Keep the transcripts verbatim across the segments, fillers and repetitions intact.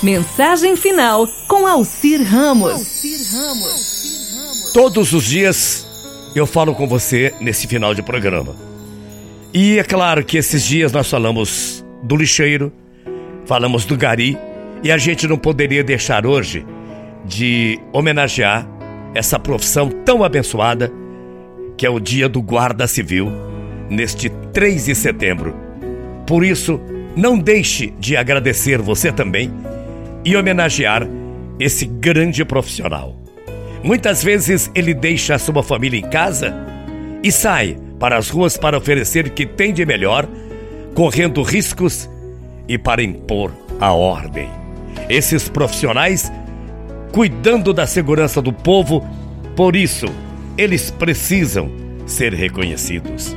Mensagem final com Alcir Ramos. Todos os dias eu falo com você nesse final de programa. E é claro que esses dias nós falamos do lixeiro, falamos do gari, e a gente não poderia deixar hoje de homenagear essa profissão tão abençoada que é o dia do guarda civil, neste três de setembro. Por isso, não deixe de agradecer você também e homenagear esse grande profissional. Muitas vezes ele deixa a sua família em casa e sai para as ruas para oferecer o que tem de melhor, correndo riscos e para impor a ordem. Esses profissionais cuidando da segurança do povo, por isso eles precisam ser reconhecidos.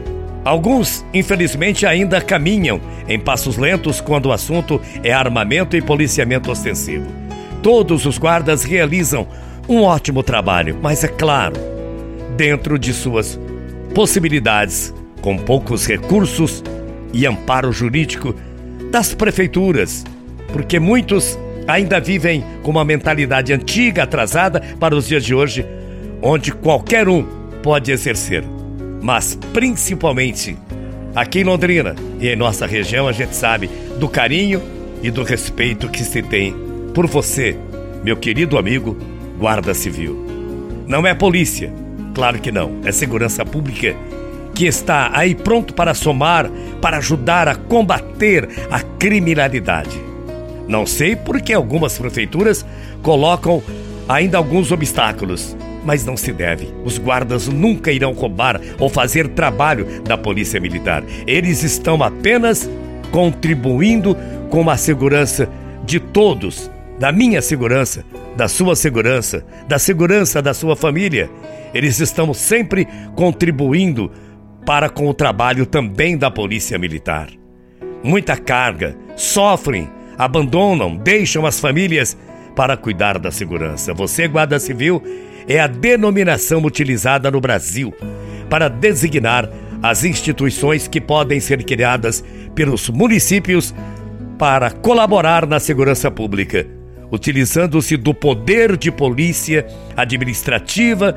Alguns, infelizmente, ainda caminham em passos lentos quando o assunto é armamento e policiamento ostensivo. Todos os guardas realizam um ótimo trabalho, mas é claro, dentro de suas possibilidades, com poucos recursos e amparo jurídico das prefeituras, porque muitos ainda vivem com uma mentalidade antiga, atrasada para os dias de hoje, onde qualquer um pode exercer. Mas principalmente aqui em Londrina e em nossa região a gente sabe do carinho e do respeito que se tem por você, meu querido amigo guarda civil. Não é polícia, claro que não, é segurança pública que está aí pronto para somar, para ajudar a combater a criminalidade. Não sei porque algumas prefeituras colocam ainda alguns obstáculos, mas não se deve. Os guardas nunca irão roubar ou fazer trabalho da polícia militar. Eles estão apenas contribuindo com a segurança de todos, da minha segurança, da sua segurança, da segurança da sua família. Eles estão sempre contribuindo para com o trabalho também da polícia militar. Muita carga, sofrem, abandonam, deixam as famílias para cuidar da segurança. Você, guarda civil, é a denominação utilizada no Brasil para designar as instituições que podem ser criadas pelos municípios para colaborar na segurança pública, utilizando-se do poder de polícia administrativa,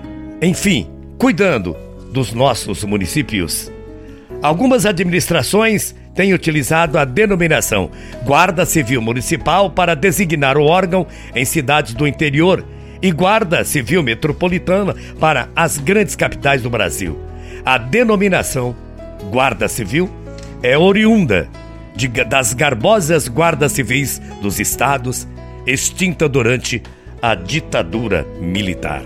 enfim, cuidando dos nossos municípios. Algumas administrações têm utilizado a denominação Guarda Civil Municipal para designar o órgão em cidades do interior e Guarda Civil Metropolitana para as grandes capitais do Brasil. A denominação Guarda Civil é oriunda de, das garbosas guardas civis dos estados, extinta durante a ditadura militar.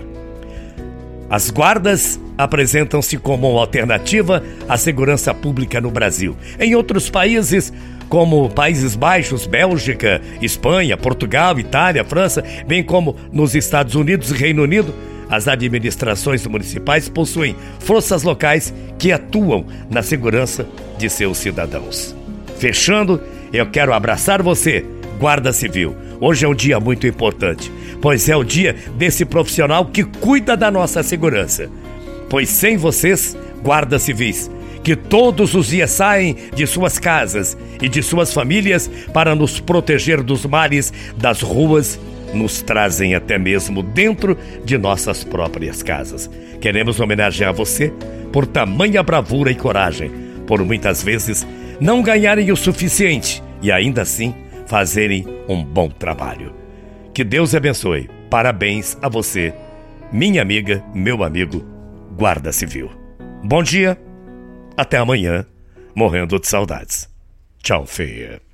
As guardas apresentam-se como uma alternativa à segurança pública no Brasil. Em outros países, como Países Baixos, Bélgica, Espanha, Portugal, Itália, França, bem como nos Estados Unidos e Reino Unido, as administrações municipais possuem forças locais que atuam na segurança de seus cidadãos. Fechando, eu quero abraçar você, guarda civil. Hoje é um dia muito importante, pois é o dia desse profissional que cuida da nossa segurança. Pois sem vocês, guardas civis, que todos os dias saem de suas casas e de suas famílias para nos proteger dos males das ruas, nos trazem até mesmo dentro de nossas próprias casas. Queremos homenagear você por tamanha bravura e coragem, por muitas vezes não ganharem o suficiente e ainda assim fazerem um bom trabalho. Que Deus abençoe. Parabéns a você, minha amiga, meu amigo, guarda civil. Bom dia, até amanhã, morrendo de saudades. Tchau, feia.